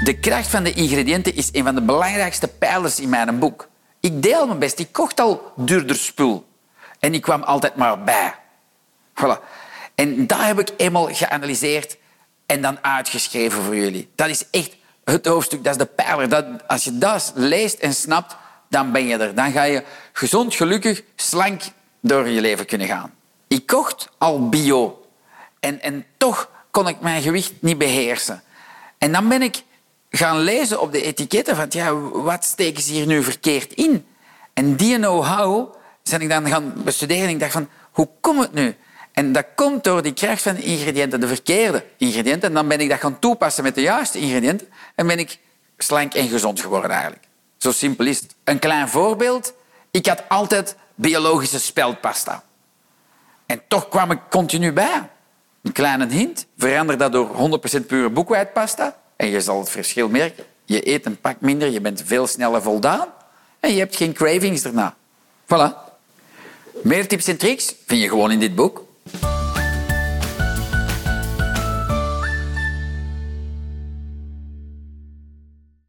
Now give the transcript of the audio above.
De kracht van de ingrediënten is een van de belangrijkste pijlers in mijn boek. Ik deel mijn best. Ik kocht al duurder spul. En ik kwam altijd maar bij. Voilà. En dat heb ik eenmaal geanalyseerd en dan uitgeschreven voor jullie. Dat is echt het hoofdstuk, dat is de pijler. Als je dat leest en snapt, dan ben je er. Dan ga je gezond, gelukkig, slank door je leven kunnen gaan. Ik kocht al bio. En toch kon ik mijn gewicht niet beheersen. En dan ben ik gaan lezen op de etiketten van ja, wat steken ze hier nu verkeerd in? En die know-how ben ik dan gaan bestuderen en ik dacht van, hoe komt het nu? En dat komt door die kracht van de ingrediënten, de verkeerde ingrediënten. En dan ben ik dat gaan toepassen met de juiste ingrediënten en ben ik slank en gezond geworden eigenlijk. Zo simpel is het. Een klein voorbeeld. Ik had altijd biologische speldpasta. En toch kwam ik continu bij. Een kleine hint. Verander dat door 100% pure boekwijdpasta. En je zal het verschil merken. Je eet een pak minder, je bent veel sneller voldaan. En je hebt geen cravings daarna. Voilà. Meer tips en tricks vind je gewoon in dit boek.